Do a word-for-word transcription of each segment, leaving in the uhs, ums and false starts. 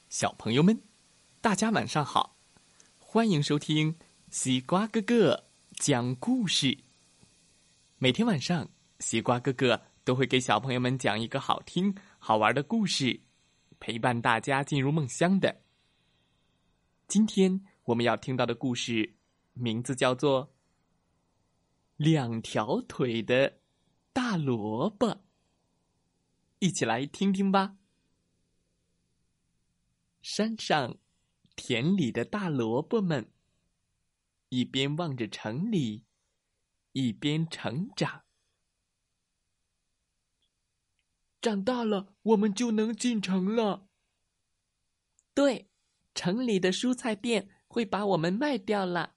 小朋友们，大家晚上好，欢迎收听西瓜哥哥讲故事。每天晚上，西瓜哥哥都会给小朋友们讲一个好听、好玩的故事，陪伴大家进入梦乡的。今天我们要听到的故事，名字叫做《两条腿的大萝卜》，一起来听听吧。山上，田里的大萝卜们，一边望着城里，一边成长。长大了，我们就能进城了。对，城里的蔬菜店会把我们卖掉了。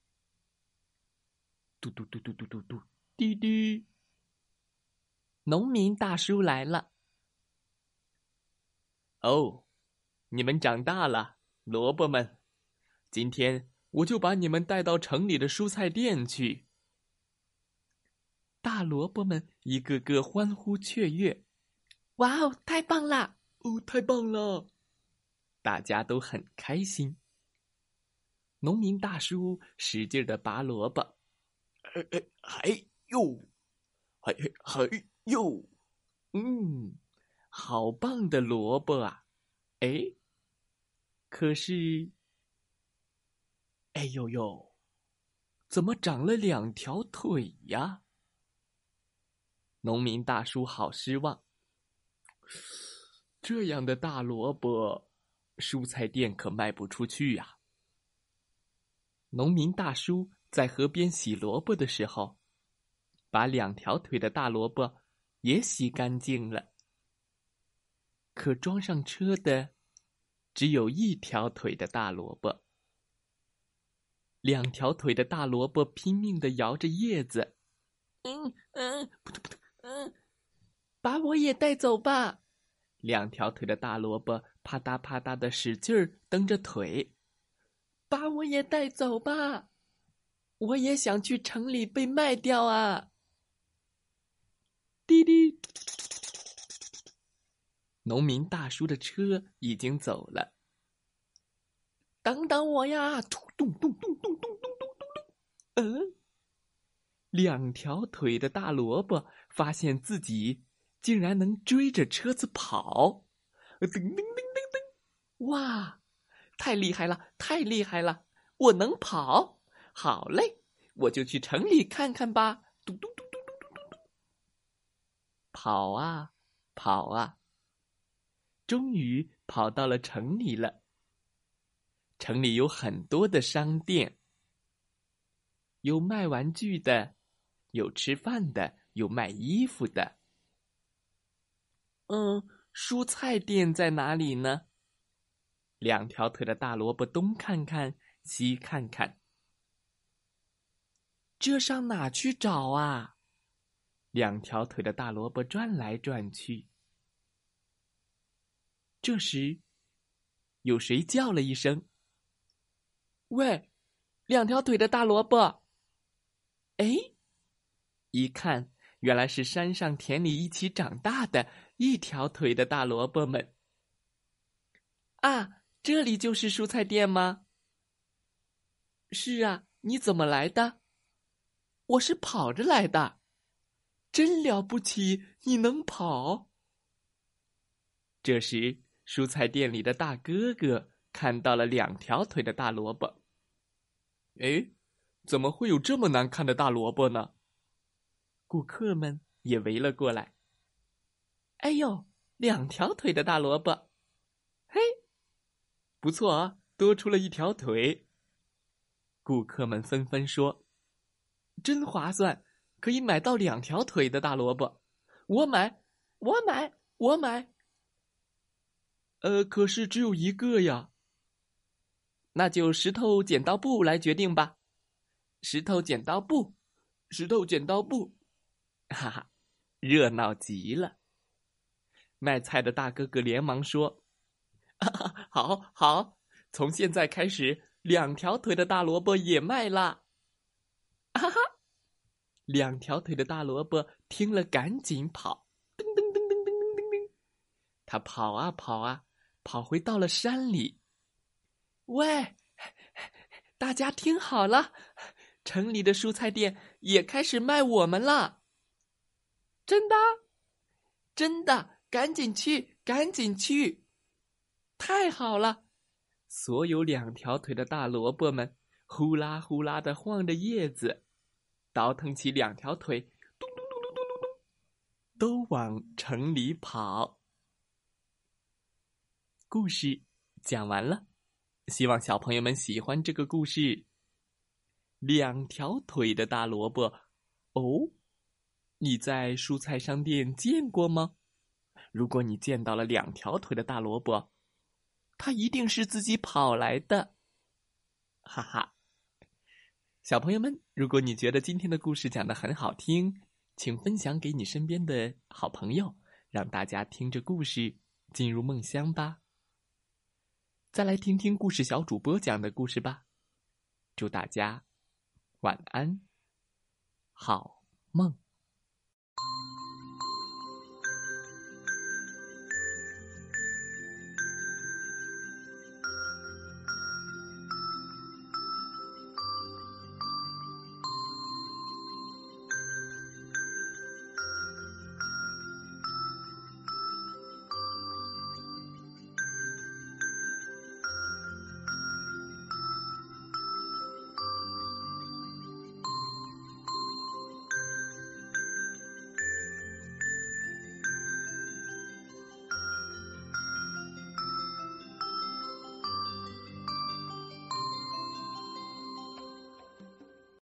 嘟嘟嘟嘟嘟嘟嘟，滴滴。农民大叔来了。哦，你们长大了，萝卜们。今天我就把你们带到城里的蔬菜店去。大萝卜们一个个欢呼雀跃。哇哦，太棒了！哦，太棒了！大家都很开心。农民大叔使劲地拔萝卜，哎哎，嘿呦，嘿嘿嘿呦，嗯，好棒的萝卜啊！哎，可是，哎呦呦，怎么长了两条腿呀？农民大叔好失望。这样的大萝卜，蔬菜店可卖不出去呀。农民大叔在河边洗萝卜的时候，把两条腿的大萝卜也洗干净了。可装上车的只有一条腿的大萝卜。两条腿的大萝卜拼命地摇着叶子，嗯嗯，扑通扑通，嗯，把我也带走吧。两条腿的大萝卜啪嗒啪嗒的使劲儿蹬着腿，把我也带走吧，我也想去城里被卖掉啊！滴滴，农民大叔的车已经走了。等等我呀！咚咚咚咚咚咚咚咚咚。嗯，两条腿的大萝卜发现自己竟然能追着车子跑，噔噔噔噔噔！哇，太厉害了，太厉害了！我能跑，好嘞，我就去城里看看吧。嘟嘟嘟嘟嘟嘟嘟嘟，跑啊跑啊，终于跑到了城里了。城里有很多的商店，有卖玩具的，有吃饭的，有卖衣服的。嗯，蔬菜店在哪里呢？两条腿的大萝卜东看看，西看看。这上哪去找啊？两条腿的大萝卜转来转去。这时，有谁叫了一声：“喂，两条腿的大萝卜！”哎，一看，原来是山上田里一起长大的一条腿的大萝卜们。啊，这里就是蔬菜店吗？是啊，你怎么来的？我是跑着来的。真了不起，你能跑。这时，蔬菜店里的大哥哥看到了两条腿的大萝卜。哎，怎么会有这么难看的大萝卜呢？顾客们也围了过来。哎呦，两条腿的大萝卜，嘿，不错啊，多出了一条腿。顾客们纷纷说：“真划算，可以买到两条腿的大萝卜。我买，我买，我买。”呃，可是只有一个呀。那就石头剪刀布来决定吧。石头剪刀布，石头剪刀布，哈哈，热闹极了。卖菜的大哥哥连忙说：“哈哈，好，好，从现在开始，两条腿的大萝卜也卖啦！”哈哈，两条腿的大萝卜听了赶紧跑，噔噔噔噔噔噔噔噔，他跑啊跑啊， 跑回到了山里。喂，大家听好了，城里的蔬菜店也开始卖我们了。真的？真的，赶紧去，赶紧去！太好了！所有两条腿的大萝卜们呼啦呼啦地晃着叶子，倒腾起两条腿，咚咚咚咚咚咚咚，都往城里跑。故事讲完了，希望小朋友们喜欢这个故事。两条腿的大萝卜，哦，你在蔬菜商店见过吗？如果你见到了两条腿的大萝卜，它一定是自己跑来的。哈哈！小朋友们，如果你觉得今天的故事讲得很好听，请分享给你身边的好朋友，让大家听着故事进入梦乡吧。再来听听故事小主播讲的故事吧。祝大家晚安，好梦。